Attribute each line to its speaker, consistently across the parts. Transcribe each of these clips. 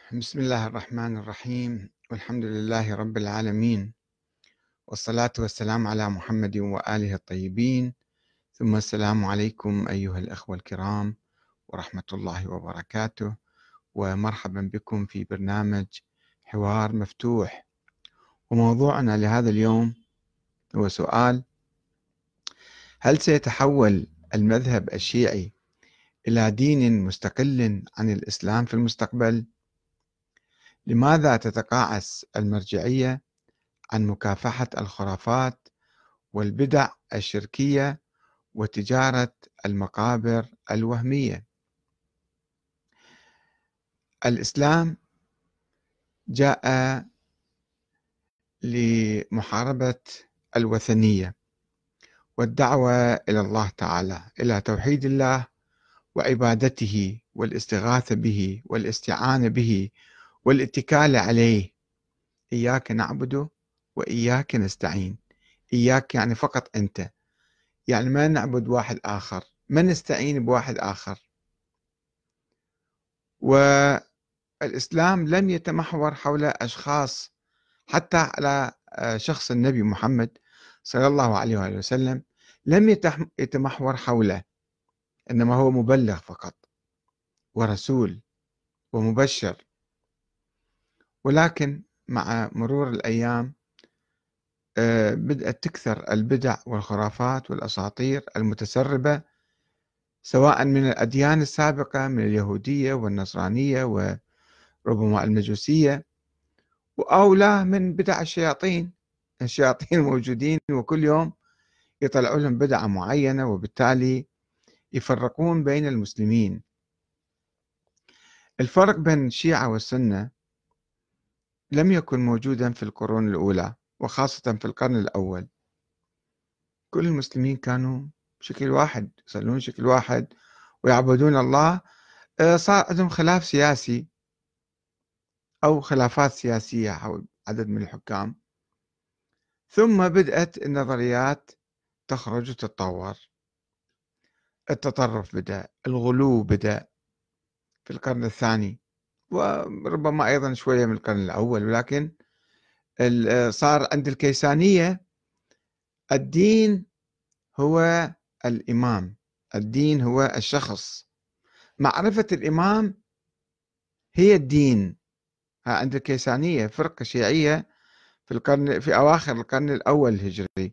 Speaker 1: بسم الله الرحمن الرحيم والحمد لله رب العالمين والصلاة والسلام على محمد وآله الطيبين ثم السلام عليكم أيها الأخوة الكرام ورحمة الله وبركاته ومرحبا بكم في برنامج حوار مفتوح. وموضوعنا لهذا اليوم هو سؤال: هل سيتحول المذهب الشيعي إلى دين مستقل عن الإسلام في المستقبل؟ لماذا تتقاعس المرجعية عن مكافحة الخرافات والبدع الشركية وتجارة المقابر الوهمية؟ الإسلام جاء لمحاربة الوثنية والدعوة إلى الله تعالى، إلى توحيد الله وعبادته والاستغاثة به والاستعانة به والاتكال عليه. إياك نعبد وإياك نستعين. إياك يعني فقط أنت، يعني ما نعبد واحد آخر، ما نستعين بواحد آخر. والإسلام لم يتمحور حول أشخاص، حتى على شخص النبي محمد صلى الله عليه وآله وسلم لم يتمحور حوله، إنما هو مبلغ فقط ورسول ومبشر. ولكن مع مرور الأيام بدأت تكثر البدع والخرافات والأساطير المتسربة، سواء من الأديان السابقة من اليهودية والنصرانية وربما المجوسية، أو لا من بدع الشياطين الموجودين، وكل يوم يطلعوا لهم بدعة معينة، وبالتالي يفرقون بين المسلمين. الفرق بين الشيعة والسنة لم يكن موجودا في القرون الأولى، وخاصة في القرن الأول. كل المسلمين كانوا بشكل واحد، يصلون شكل واحد ويعبدون الله. صار عندهم خلاف سياسي أو خلافات سياسية حول عدد من الحكام، ثم بدأت النظريات تخرج وتتطور. التطرف بدأ، الغلو بدأ في القرن الثاني، وربما أيضا شوية من القرن الأول. ولكن صار عند الكيسانية الدين هو الإمام، الدين هو الشخص، معرفة الإمام هي الدين. عند الكيسانية فرقة شيعية في أواخر القرن الأول الهجري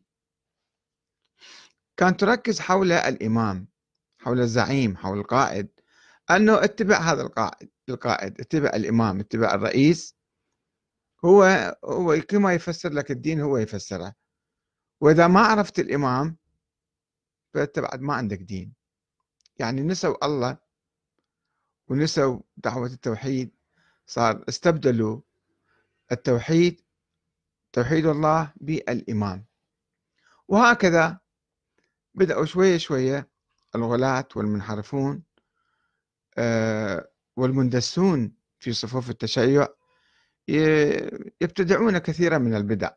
Speaker 1: كانت تركز حول الإمام، حول الزعيم، حول القائد، أنه اتبع هذا القائد، اتبع الإمام، اتبع الرئيس. هو كما يفسر لك الدين هو يفسره، وإذا ما عرفت الإمام فأنت بعد ما عندك دين. يعني نسوا الله ونسوا دعوة التوحيد، صار استبدلوا التوحيد، توحيد الله، بالإمام. وهكذا بدأوا شوية شوية الغلاة والمنحرفون والمندسون في صفوف التشيع يبتدعون كثيرا من البدع.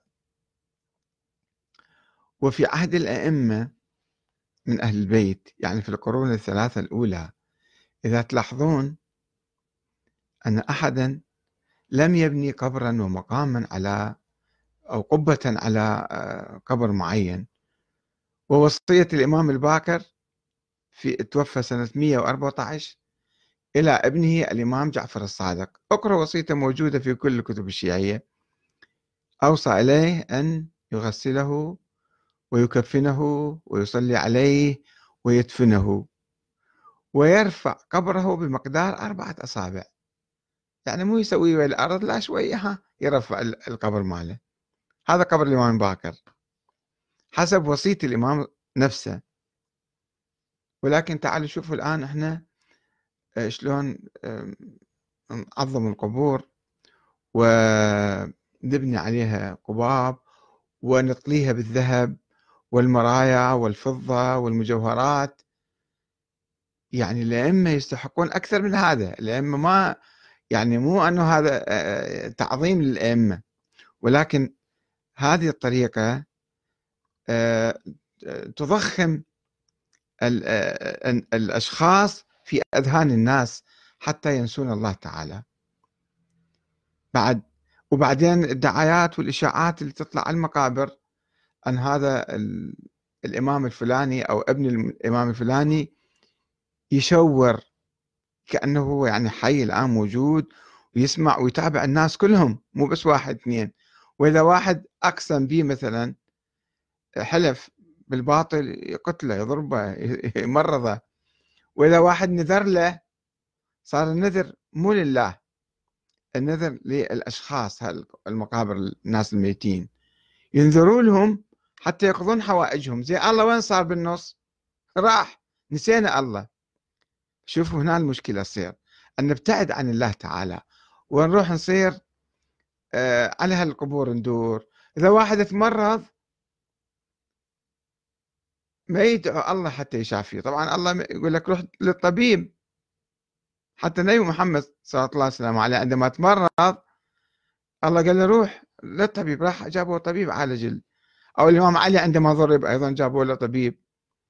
Speaker 1: وفي عهد الأئمة من أهل البيت، يعني في القرون الثلاثة الأولى، إذا تلاحظون أن أحدا لم يبني قبرا ومقاما على أو قبة على قبر معين. ووصية الإمام الباكر توفى سنة 114 إلى ابنه الإمام جعفر الصادق. اقرأ وصيته، موجودة في كل الكتب الشيعية. أوصى إليه أن يغسله ويكفنه ويصلي عليه ويدفنه ويرفع قبره بمقدار 4 أصابع. يعني مو يسويه الأرض، لا، شوية يرفع القبر ماله. هذا قبر الإمام باكر حسب وصية الإمام نفسه. ولكن تعالوا شوفوا الآن احنا شلون نعظم القبور ونبني عليها قباب ونطليها بالذهب والمرايا والفضة والمجوهرات. يعني الأئمة يستحقون أكثر من هذا. الأئمة ما، يعني مو أنه هذا تعظيم للأئمة، ولكن هذه الطريقة تضخم الأشخاص في أذهان الناس حتى ينسون الله تعالى. بعد. وبعدين الدعايات والإشاعات اللي تطلع على المقابر أن هذا الإمام الفلاني أو ابن الإمام الفلاني يشور، كأنه هو يعني حي الآن موجود ويسمع ويتابع الناس كلهم، مو بس واحد اثنين. وإذا واحد أقسم به مثلا، حلف بالباطل، يقتله يضربه يمرضه. وإذا واحد نذر له، صار النذر مو لله، النذر للأشخاص، المقابر، الناس الميتين، ينذروا لهم حتى يقضون حوائجهم. زي الله وين صار بالنص؟ راح، نسينا الله. شوفوا هنا المشكلة تصير، أن نبتعد عن الله تعالى ونروح نصير على هالقبور ندور. إذا واحد تمرض ما يدعو الله حتى يشافيه. طبعا الله يقول لك روح للطبيب. حتى النبي محمد صلى الله عليه وسلم عليه عندما تمرض الله قال له روح للطبيب، راح جابوا طبيب عالج أو الإمام علي عندما ضرب أيضا جابوا له طبيب.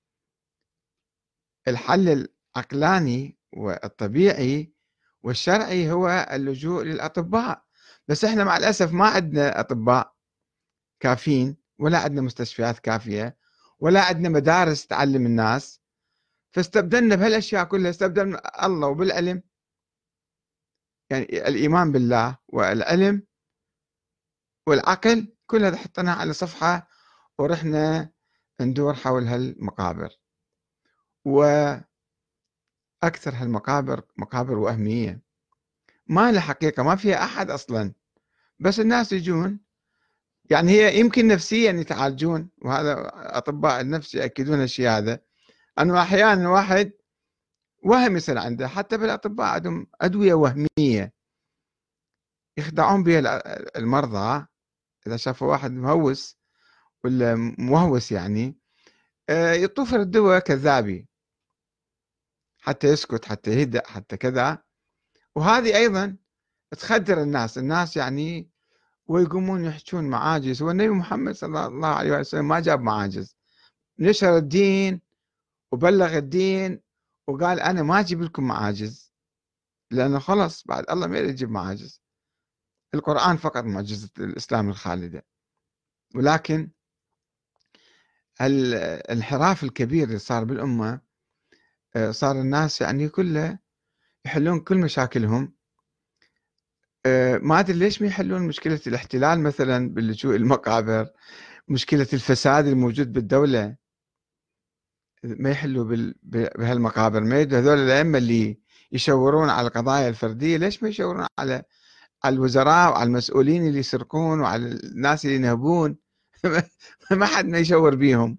Speaker 1: الحل العقلاني والطبيعي والشرعي هو اللجوء للأطباء. بس احنا مع الأسف ما عندنا أطباء كافيين، ولا عندنا مستشفيات كافية، ولا عندنا مدارس تعلم الناس. فاستبدلنا بهالأشياء كلها، استبدلنا الله وبالعلم. يعني الإيمان بالله والعلم والعقل كل هذا حطيناه على صفحة ورحنا ندور حول هالمقابر. وأكثر هالمقابر مقابر وهمية، ما لها حقيقة، ما فيها أحد أصلا، بس الناس يجون. يعني هي يمكن نفسيا يتعالجون، وهذا أطباء النفس يأكدون الشيء هذا، أنه أحيانا واحد وهم يصير عنده. حتى بالأطباء عندهم أدوية وهمية يخدعون بها المرضى. إذا شافوا واحد مهوس ولا موهوس يعني يطوفر الدواء كذابي حتى يسكت، حتى يهدأ، حتى كذا. وهذه أيضا تخدر الناس يعني، ويقومون يحجون معاجز. والنبي محمد صلى الله عليه وسلم ما جاب معاجز، نشر الدين وبلغ الدين وقال أنا ما أجيب لكم معاجز، لأنه خلص بعد الله ما يريد يجيب معاجز. القرآن فقط معجزة الإسلام الخالدة. ولكن الانحراف الكبير اللي صار بالأمة، صار الناس يعني كله يحلون كل مشاكلهم. ما أدري ليش ما يحلون مشكلة الاحتلال مثلا باللجوء المقابر، مشكلة الفساد الموجود بالدولة، ما يحلوا بهالمقابر. ما يدوا هذول الأئمة اللي يشورون على القضايا الفردية، ليش ما يشورون على الوزراء وعلى المسؤولين اللي يسرقون وعلى الناس اللي ينهبون؟ ما حد ما يشور بيهم.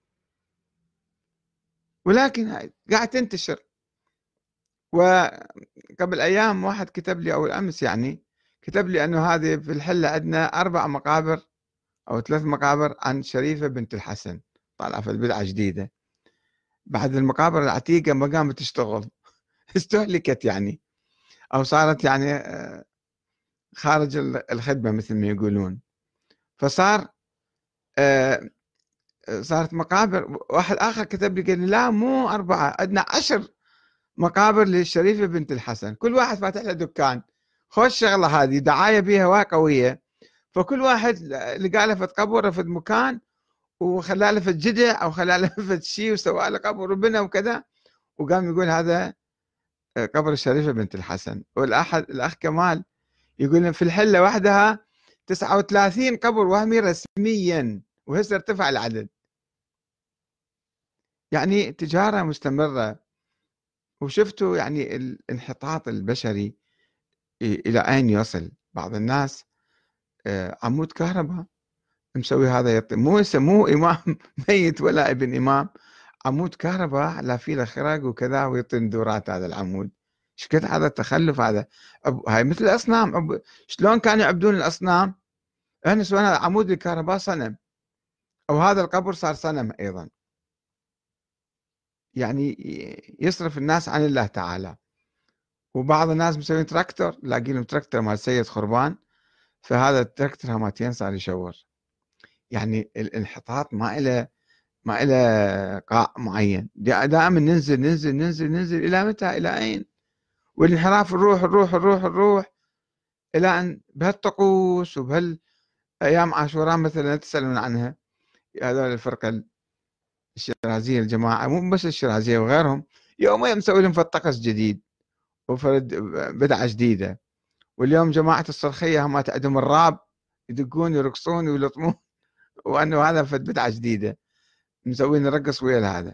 Speaker 1: ولكن هاي قاعد تنتشر. وقبل أيام واحد كتب لي، أو الأمس يعني، كتب لي أنه هذه في الحلة عندنا 4 مقابر أو 3 مقابر عن شريفة بنت الحسن، طالعة في البدعة جديدة، بعد المقابر العتيقة ما قامت تشتغل. استهلكت يعني، أو صارت يعني خارج الخدمة مثل ما يقولون. فصار صارت مقابر. واحد آخر كتب لي قال لي لا مو 4، عندنا 10 مقابر للشريفة بنت الحسن، كل واحد فاتح له دكان. خوش شغلة هذه، دعاية بيها قوية. فكل واحد لقى له فد قبر رفد مكان، وخلى له فد جدع أو خلى له فد شيء وسوى له قبر وبنى وكذا، وقام يقول هذا قبر الشريفة بنت الحسن. الأخ كمال يقول في الحلة وحدها 39 قبر وهمي رسميا، وهسه ارتفع العدد. يعني تجارة مستمرة. وشفتوا يعني الانحطاط البشري إلى أين يصل. بعض الناس عمود كهرباء مسوي هذا مو إمام ميت ولا ابن إمام، عمود كهرباء لا فيه خرق وكذا ويطي ندورات هذا العمود. شكد هذا التخلف هذا. هاي مثل الأصنام. شلون كانوا يعبدون الأصنام؟ احنا سوينا عمود الكهرباء صنم، أو هذا القبر صار صنم أيضا. يعني يصرف الناس عن الله تعالى. وبعض الناس مسوين تراكتور، لاقي لهم تراكتور مال سيد خربان، فهذا التراكتور همتين صار يشور. يعني الانحطاط ما إله قاع معين، دائما ننزل ننزل ننزل ننزل. إلى متى؟ إلى أين؟ والانحراف الروح الروح الروح الروح. إلى أن بهالطقوس وبهالأيام عاشوراء مثلا تسألون عنها، هذول الفرقة الشيرازية الجماعة، مو بس الشيرازية وغيرهم، يوميا مسوي لهم فد طقس جديد وفرد بدعة جديدة. واليوم جماعة الصرخية هم عندهم الراب، يدقون يرقصون ويلطمون وأنه هذا فد بدعة جديدة مسوين نرقص ويا هذا.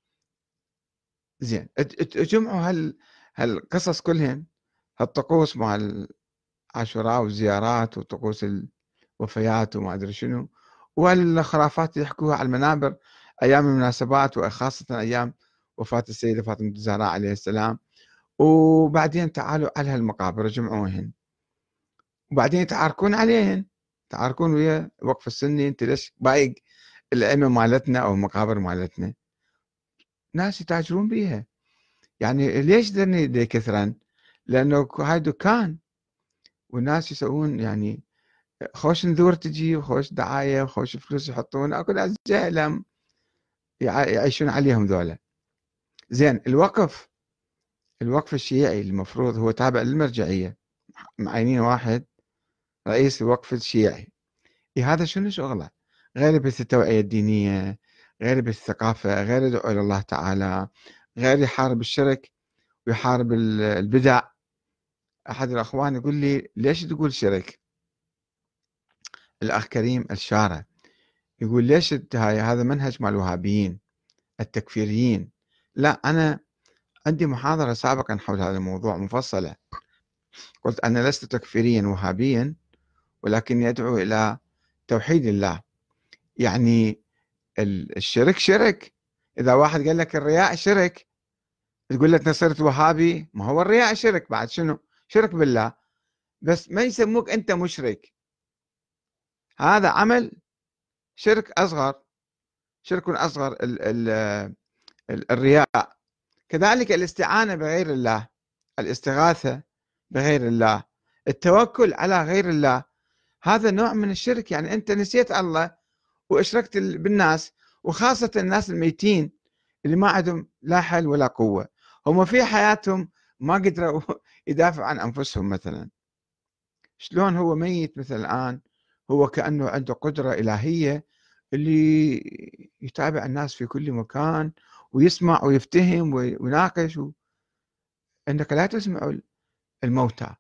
Speaker 1: زين جمعوا هالقصص كلهن، هالطقوس مع العاشوراء والزيارات وطقوس الوفيات وما أدري شنو، والخرافات اللي يحكوها على المنابر أيام المناسبات، وخاصة أيام وفاة السيدة فاطمة الزهراء عليه السلام. وبعدين تعالوا على هالمقابر جمعوهن، وبعدين يتعاركون عليهن، يتعاركون ويا الوقف السني، انت ليش بايق الأئمة مالتنا أو المقابر مالتنا؟ ناس يتاجرون بيها. يعني ليش ذني كثرا؟ لأنه هاي دكان، والناس يسوون يعني خوش نذور تجي وخوش دعاية وخوش فلوس يحطون، اكو ناس جهلة يعيشون عليهم ذولا. زين الوقف الشيعي المفروض هو تابع للمرجعية، معينين واحد رئيس الوقف الشيعي، هذا شنو شغله؟ غير بس التوعية الدينية، غير بس الثقافة، غير يدعو إلى الله تعالى، غير يحارب الشرك ويحارب البدع. أحد الأخوان يقول لي ليش تقول شرك؟ الأخ كريم الشارع يقول ليش هذا منهج مال الوهابيين التكفيريين. لا، أنا عندي محاضرة سابقا حول هذا الموضوع مفصلة، قلت أنا لست تكفيريا وهابيا، ولكني أدعو إلى توحيد الله. يعني الشرك شرك، إذا واحد قال لك الرياء شرك تقول لك صرت وهابي، ما هو الرياء شرك بعد، شنو شرك بالله، بس ما يسموك أنت مشرك، هذا عمل شرك أصغر، شرك أصغر الرياء. كذلك الاستعانة بغير الله، الاستغاثة بغير الله، التوكل على غير الله، هذا نوع من الشرك. يعني أنت نسيت الله واشركت بالناس، وخاصة الناس الميتين اللي ما عندهم لا حل ولا قوة، هم في حياتهم ما قدروا يدافعوا عن أنفسهم مثلا، شلون هو ميت مثل الآن هو كأنه عنده قدرة إلهية اللي يتابع الناس في كل مكان ويسمع ويفتهم ويناقش انك لا تسمع الموتى،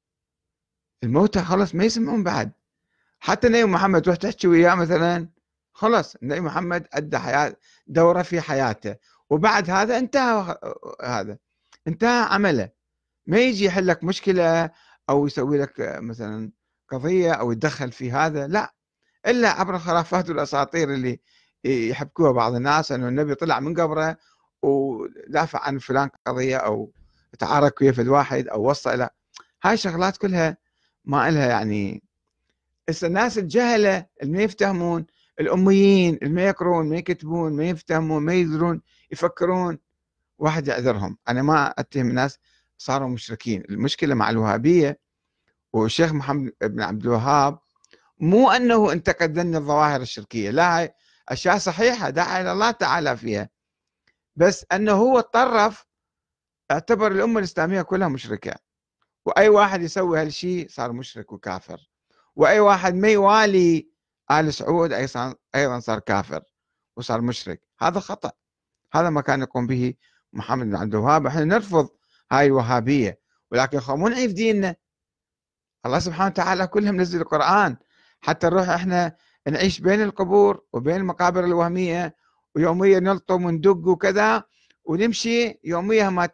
Speaker 1: الموتى خلص ما يسمعون بعد. حتى نبي محمد تروح تحكي وياه مثلا، خلص النبي محمد أدى دورة في حياته، وبعد هذا انتهى، هذا انتهى عمله، ما يجي يحل لك مشكلة أو يسوي لك مثلا قضية أو يتدخل في هذا، لا، إلا عبر الخرافات والأساطير اللي يحبكوها بعض الناس، أنه النبي طلع من قبره ودافع عن فلان قضية أو تعارك ويا فد واحد أو وصى إلى، هاي شغلات كلها ما إلها يعني. هسه الناس الجهلة اللي ما يفتهمون، الأميين اللي ما يقرون ما يكتبون ما يفتهمون ما يدرون يفكرون، واحد يعذرهم. أنا ما أتهم الناس صاروا مشركين، المشكلة مع الوهابية والشيخ محمد بن عبد الوهاب مو أنه انتقد ذن الظواهر الشركية، لا، هاي أشياء صحيحة داعي إلى الله تعالى فيها، بس أنه هو تطرف اعتبر الأمة الإسلامية كلها مشركة، وأي واحد يسوي هالشيء صار مشرك وكافر، وأي واحد ما يوالي آل سعود أيضا صار كافر وصار مشرك. هذا خطأ، هذا ما كان يقوم به محمد بن عبد الوهاب. احنا نرفض هاي الوهابية، ولكن مو نعيف ديننا. الله سبحانه وتعالى كلهم منزل القرآن حتى نروح احنا نعيش بين القبور وبين المقابر الوهمية، ويوميا نلطم وندق وكذا، ونمشي يوميا ما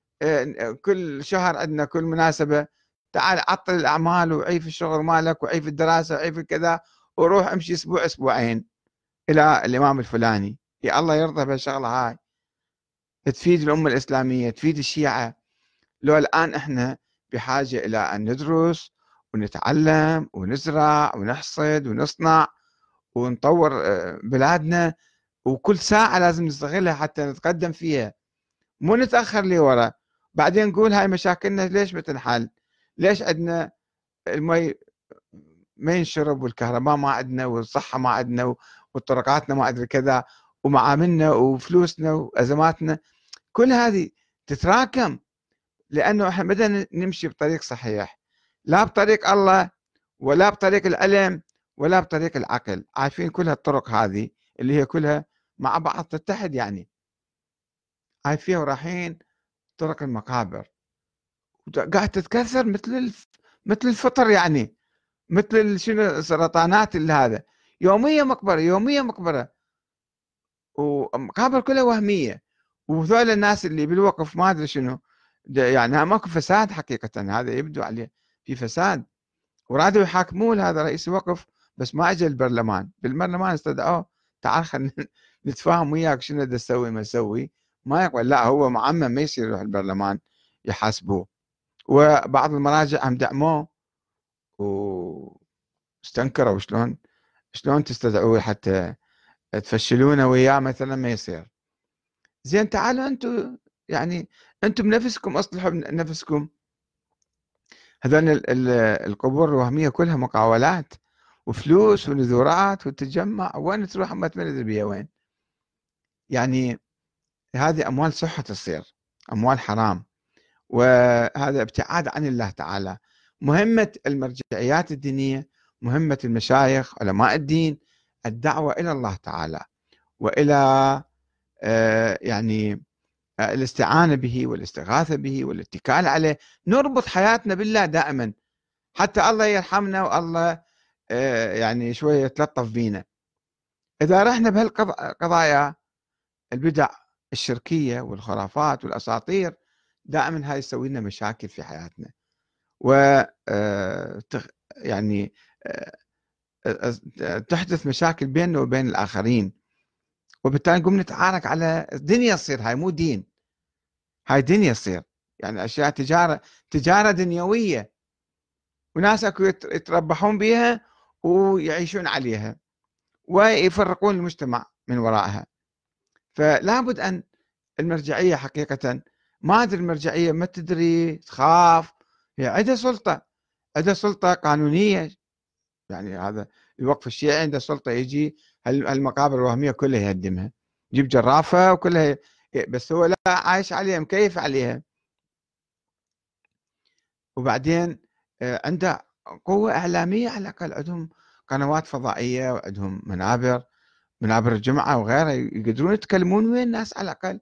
Speaker 1: كل شهر عندنا كل مناسبة تعال عطل الأعمال وعيف الشغل مالك وعيف الدراسة وعيف كذا، وروح امشي أسبوع أسبوعين إلى الإمام الفلاني. يا الله يرضى بهالشغلة هاي، تفيد الأمة الإسلامية، تفيد الشيعة. لو الآن إحنا بحاجة إلى أن ندرس ونتعلم ونزرع ونحصد ونصنع ونطور بلادنا، وكل ساعة لازم نستغلها حتى نتقدم فيها، مو نتأخر لي ورا بعدين نقول هاي مشاكلنا ليش ما تنحل؟ ليش عندنا المي ما ينشرب والكهرباء ما عندنا والصحة ما عندنا والطرقاتنا ما أدري كذا ومعاملنا وفلوسنا وأزماتنا، كل هذه تتراكم لأنه احنا بدنا نمشي بطريق صحيح، لا بطريق الله ولا بطريق العلم ولا بطريق العقل. عارفين كل هالطرق هذه اللي هي كلها مع بعض تتحد يعني. عارفين ورايحين طرق المقابر قاعد تتكثر مثل الفطر يعني، مثل شنو السرطانات اللي هذا، يومية مقبرة يومية مقبرة، ومقابر كلها وهمية. وذول الناس اللي بالوقف ما ادري شنو يعني ماكو فساد حقيقة، هذا يبدو عليه في فساد. ورادوا يحاكمون هذا رئيس الوقف بس ما اجى البرلمان، بالبرلمان استدعوه تعال خلينا نتفاهم وياك شنو بدنا تسوي ما نسوي، ما يقبل. لا هو معمم ما يصير يروح البرلمان يحاسبوه. وبعض المراجع هم دعموه واستنكروا شلون تستدعوه حتى تفشلونه وياه مثلا ما يصير. زين تعالوا انتم يعني انتم بنفسكم اصلحوا نفسكم. هذول القبور الوهميه كلها مقاولات وفلوس ونذورات وتجمع، وين تروح ما تمد بيها وين؟ يعني هذه اموال صحة تصير اموال حرام، وهذا ابتعاد عن الله تعالى. مهمة المرجعيات الدينية، مهمة المشايخ علماء الدين، الدعوة إلى الله تعالى وإلى يعني الاستعانة به والاستغاثة به والاتكال عليه. نربط حياتنا بالله دائما حتى الله يرحمنا والله يعني شوية يتلطف بينا. إذا رحنا بهالقضايا البدع الشركية والخرافات والأساطير دائما هاي تسوي لنا مشاكل في حياتنا، و يعني تحدث مشاكل بيننا وبين الآخرين، وبالتالي نقوم نتعارك على الدنيا. تصير هاي مو دين، هاي دنيا تصير يعني أشياء تجارة دنيوية، وناس اكو يتربحون بها ويعيشون عليها ويفرقون المجتمع من وراءها. فلا بد أن المرجعية حقيقة، ما أدري المرجعية ما تدري تخاف، هي عندها سلطة قانونية. يعني هذا الوقف الشيعي عنده سلطة يجي هالمقابر الوهمية كلها يهدمها، يجيب جرافة وكلها، بس هو لا عايش عليها مكيف عليها. وبعدين عنده قوة إعلامية على الأقل، عندهم قنوات فضائية وعندهم منابر الجمعة وغيرها، يقدرون يتكلمون ويا الناس على الأقل،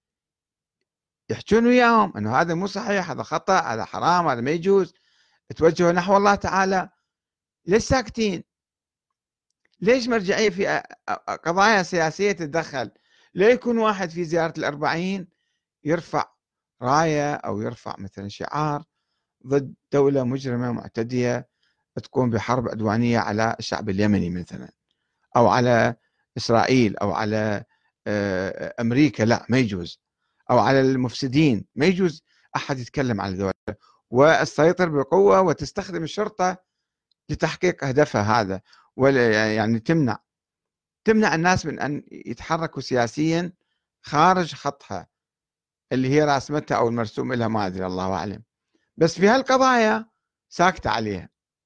Speaker 1: يحجون وياهم أنه هذا مو صحيح، هذا خطأ، هذا حرام، هذا ما يجوز، توجهوا نحو الله تعالى. ليش ساكتين؟ ليش مرجعية في قضايا سياسية تتدخل؟ لا يكون واحد في زيارة الأربعين يرفع راية أو يرفع مثلا شعار ضد دولة مجرمة معتدية تقوم بحرب عدوانية على الشعب اليمني مثلا، أو على إسرائيل، أو على أمريكا، لا ما يجوز، أو على المفسدين، ما يجوز أحد يتكلم عن ذلك، وتسيطر بقوة وتستخدم الشرطة لتحقيق هدفها هذا، ولا يعني تمنع الناس من أن يتحركوا سياسيا خارج خطها اللي هي راسمتها أو المرسوم لها، ما أدري الله أعلم. بس في هالقضايا ساكتة عليها،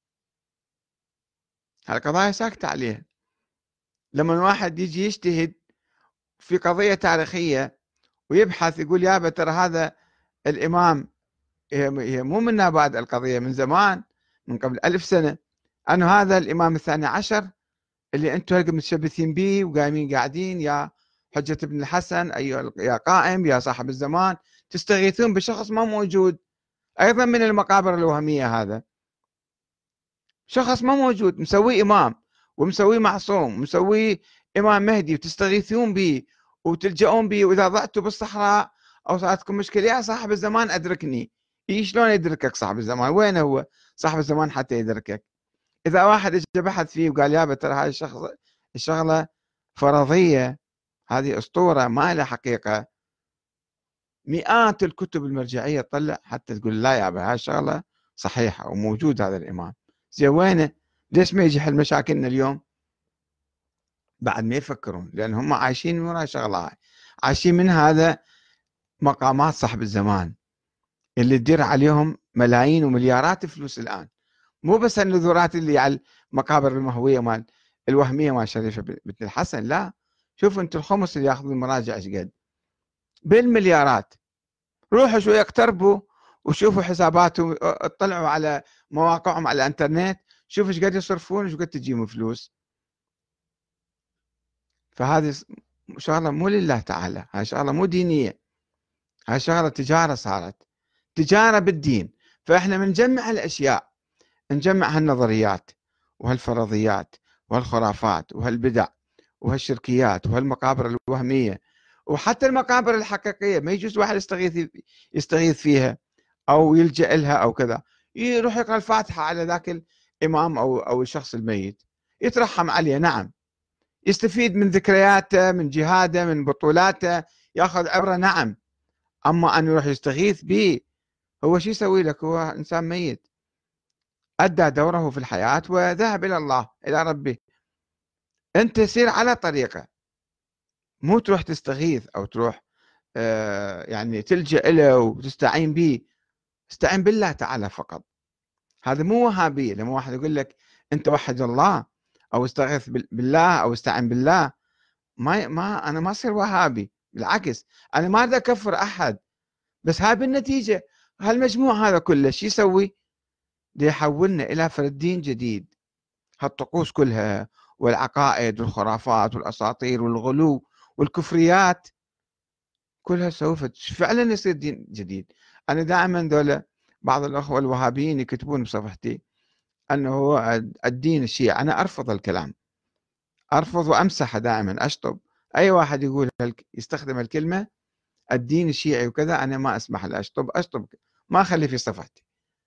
Speaker 1: هالقضايا ساكتة عليها. لما واحد يجي يجتهد في قضية تاريخية ويبحث يقول يابا ترى هذا الإمام، هي مو من بعد القضية، من زمان، من قبل 1000 سنة، أنه هذا الإمام الثاني عشر اللي أنتم متشبثين به وقايمين قاعدين يا حجة ابن الحسن أيها يا قائم يا صاحب الزمان تستغيثون بشخص ما موجود، أيضا من المقابر الوهمية. هذا شخص ما موجود مسويه إمام ومسويه معصوم ومسويه إمام مهدي، وتستغيثون به وتلجؤون به، وإذا ضعتوا بالصحراء أو صارتكم مشكلة يا صاحب الزمان أدركني. شلون يدركك صاحب الزمان؟ وين هو صاحب الزمان حتى يدركك؟ إذا واحد اجى بحث فيه وقال يابا ترى هاي الشغلة فرضية، هذه أسطورة ما لها حقيقة، مئات الكتب المرجعية تطلع حتى تقول لا يابا هاي الشغلة صحيحة وموجود هذا الإمام. زين وينه؟ ليش ما يجي حل مشاكلنا اليوم؟ بعد ما يفكرون، لأن هم عايشين من وراء شغلة هاي، عايشين من هذا مقامات صاحب الزمان اللي تدير عليهم ملايين ومليارات فلوس الآن. مو بس النذورات اللي على المقابر المهوية مال الوهمية مال شريفة بنت الحسن، لا، شوفوا انتم الخمس اللي ياخذون المراجع ايش قد، بالمليارات. روحوا شوية اقتربوا وشوفوا حساباتهم، اطلعوا على مواقعهم على الانترنت، شوفوا ايش قد يصرفون وايش قد تجيهم فلوس. فهذه شغله مو لله تعالى، هاي شغله مو دينيه، هاي شغله تجاره، صارت تجاره بالدين. فاحنا بنجمع الاشياء، نجمع هالنظريات وهالفرضيات وهالخرافات وهالبدع وهالشركيات وهالمقابر الوهميه، وحتى المقابر الحقيقيه ما يجوز واحد يستغيث فيها او يلجأ لها او كذا، يروح يقرا الفاتحه على ذاك الامام او الشخص الميت، يترحم عليه، نعم، يستفيد من ذكرياته، من جهاده، من بطولاته، ياخذ عبره، نعم. اما ان يروح يستغيث به، هو شو يسوي لك؟ هو انسان ميت ادى دوره في الحياه وذهب الى الله، الى ربه. انت سير على طريقه، مو تروح تستغيث او تروح يعني تلجأ له وتستعين به. استعين بالله تعالى فقط. هذا مو وهابية. لما واحد يقول لك أنت وحد الله أو استغيث بالله أو استعن بالله، ما أنا ما أصير وهابي، بالعكس، أنا ما أريد أكفر أحد، بس هاي بالنتيجة هالمجموع هذا كله شو يسوي؟ دي يحولنا إلى فرد دين جديد. هالطقوس كلها والعقائد والخرافات والأساطير والغلو والكفريات كلها سوف فعلا يصير دين جديد. أنا دائما ذولا بعض الأخوة الوهابيين يكتبون بصفحتي أنه هو الدين الشيعي، أنا أرفض الكلام، أرفض وأمسح دائما، أشطب أي واحد يقول يستخدم الكلمة الدين الشيعي وكذا، أنا ما أسمح له، أشطب، ما أخلي في صفحتي،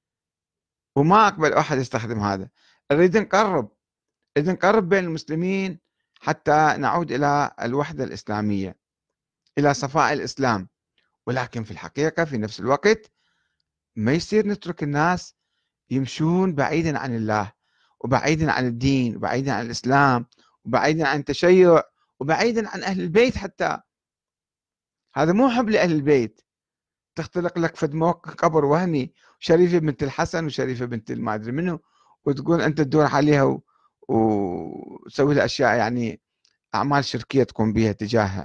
Speaker 1: وما أقبل أحد يستخدم هذا. نريد نقرب، نريد نقرب بين المسلمين حتى نعود إلى الوحدة الإسلامية، إلى صفاء الإسلام. ولكن في الحقيقة في نفس الوقت ما يصير نترك الناس يمشون بعيدا عن الله وبعيدا عن الدين وبعيدا عن الإسلام وبعيدا عن التشيع وبعيدا عن أهل البيت حتى. هذا مو حب لأهل البيت، تختلق لك فد قبر وهمي، شريفة بنت الحسن وشريفة بنت ما أدري منه، وتقول أنت تدور عليها وتسوي لها أشياء، يعني أعمال شركية تقوم بها تجاهها.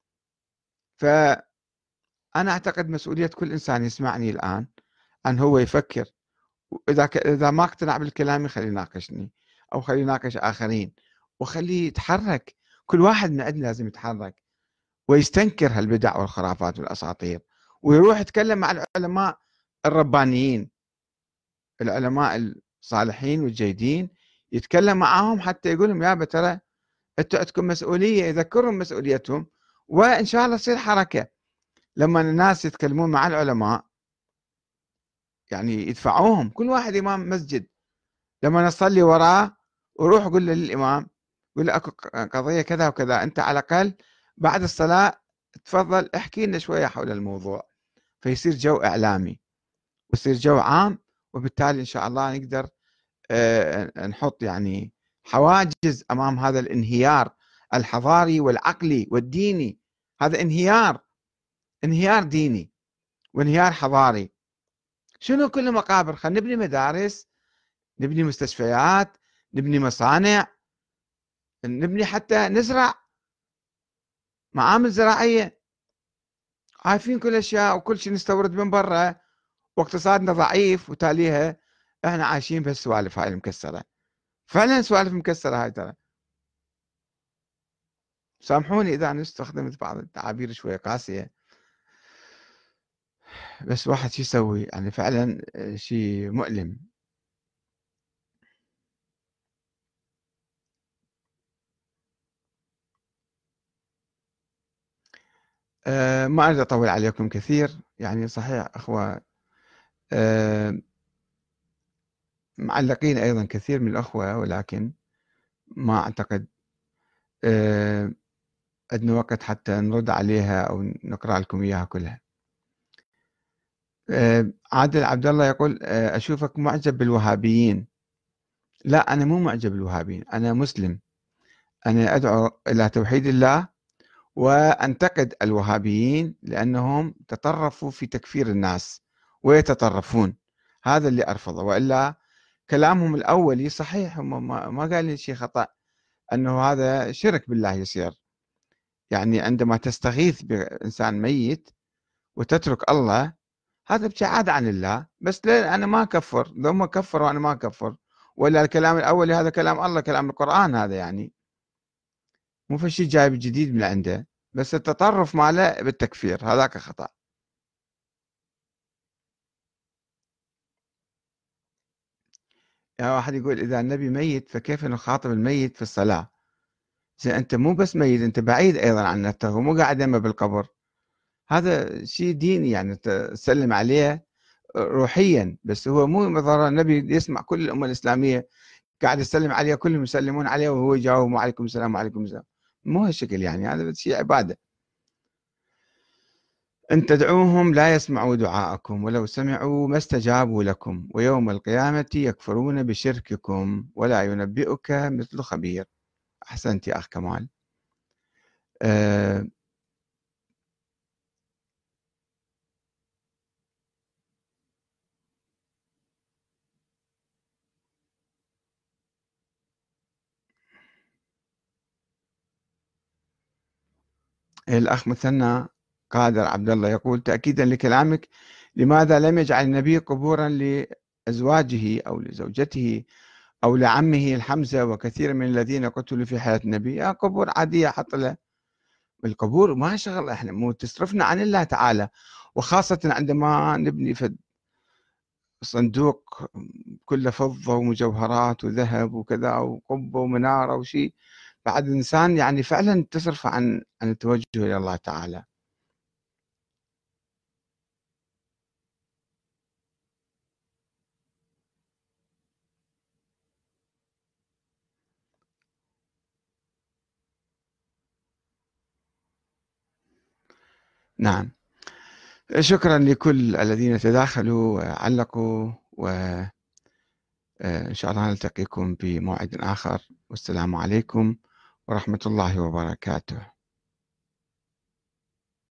Speaker 1: فأنا أعتقد مسؤولية كل إنسان يسمعني الآن أن هو يفكر، إذا ما اقتنع بالكلام خليه يناقشني أو خليه يناقش آخرين وخليه يتحرك. كل واحد من عندنا لازم يتحرك ويستنكر هالبدع والخرافات والأساطير، ويروح يتكلم مع العلماء الربانيين، العلماء الصالحين والجيدين، يتكلم معاهم حتى يقول لهم يا ترى انتم عندكم مسؤولية، يذكرهم مسؤوليتهم، وإن شاء الله تصير حركة. لما الناس يتكلمون مع العلماء يعني يدفعوهم، كل واحد إمام مسجد لما نصلي وراه وروح قول له للإمام، قول له أكو قضية كذا وكذا، أنت على الأقل بعد الصلاة تفضل احكي لنا شوية حول الموضوع، فيصير جو إعلامي ويصير جو عام. وبالتالي إن شاء الله نقدر نحط يعني حواجز أمام هذا الانهيار الحضاري والعقلي والديني. هذا انهيار ديني وانهيار حضاري. شنو كل مقابر؟ خلينا نبني مدارس، نبني مستشفيات، نبني مصانع، نبني حتى نزرع معامل زراعية. عارفين كل الأشياء وكل شيء نستورد من برا، واقتصادنا ضعيف، وتاليها احنا عايشين بهالسوالف هاي المكسرة. فعلا سوالف مكسرة هاي ترى. سامحوني إذا أنا استخدمت بعض التعابير شوية قاسية، بس واحد شو يسوي، يعني فعلا شيء مؤلم. ما أريد أطول عليكم كثير، يعني صحيح أخوة معلقين أيضا كثير من الأخوة، ولكن ما أعتقد عندنا وقت حتى نرد عليها أو نقرأ لكم إياها كلها. عادل عبد الله يقول أشوفك معجب بالوهابيين. لا، أنا مو معجب بالوهابيين، أنا مسلم، أنا أدعو إلى توحيد الله، وأنتقد الوهابيين لأنهم تطرفوا في تكفير الناس ويتطرفون. هذا اللي أرفضه، وإلا كلامهم الأولي صحيح، هم ما قال لي شيء خطأ، أنه هذا شرك بالله يصير. يعني عندما تستغيث بإنسان ميت وتترك الله، هذا ابتعاد عن الله. بس ليه أنا ما أكفر؟ لو ما كفر وأنا ما أكفر، ولا الكلام الأولي هذا كلام الله، كلام القرآن هذا، يعني مو في شيء جايب جديد من عنده، بس التطرف ماله بالتكفير هذاك خطأ. يعني واحد يقول إذا النبي ميت فكيف نخاطب الميت في الصلاة؟ زين أنت مو بس ميت، أنت بعيد أيضا عن نفسه، مو قاعد يمه بالقبر. هذا شيء ديني، يعني تسلم عليه روحيا، بس هو مو مثلا النبي يسمع كل الأمة الإسلامية قاعد يسلم عليه، كلهم يسلمون عليه وهو يجاوب وعليكم السلام وعليكم السلام. مو هالشكل، يعني هذا بس شيء عبادة. إن تدعوهم لا يسمعوا دعاءكم ولو سمعوا ما استجابوا لكم ويوم القيامة يكفرون بشرككم ولا ينبئك مثل خبير. أحسنت يا أخ كمال. أه الأخ مثنى قادر عبد الله يقول تأكيدا لكلامك، لماذا لم يجعل النبي قبورا لأزواجه أو لزوجته أو لعمه الحمزة وكثير من الذين قتلوا في حياة النبي؟ يا قبور عادية حط له. القبور ما شغل احنا، مو تصرفنا عن الله تعالى، وخاصة عندما نبني في صندوق كله فضة ومجوهرات وذهب وكذا وقبة ومنارة وشيء، بعد الإنسان يعني فعلا تصرف عن التوجه إلى الله تعالى. نعم. شكرا لكل الذين تداخلوا وعلقوا، وإن شاء الله نلتقيكم بموعد آخر، والسلام عليكم ورحمة الله وبركاته.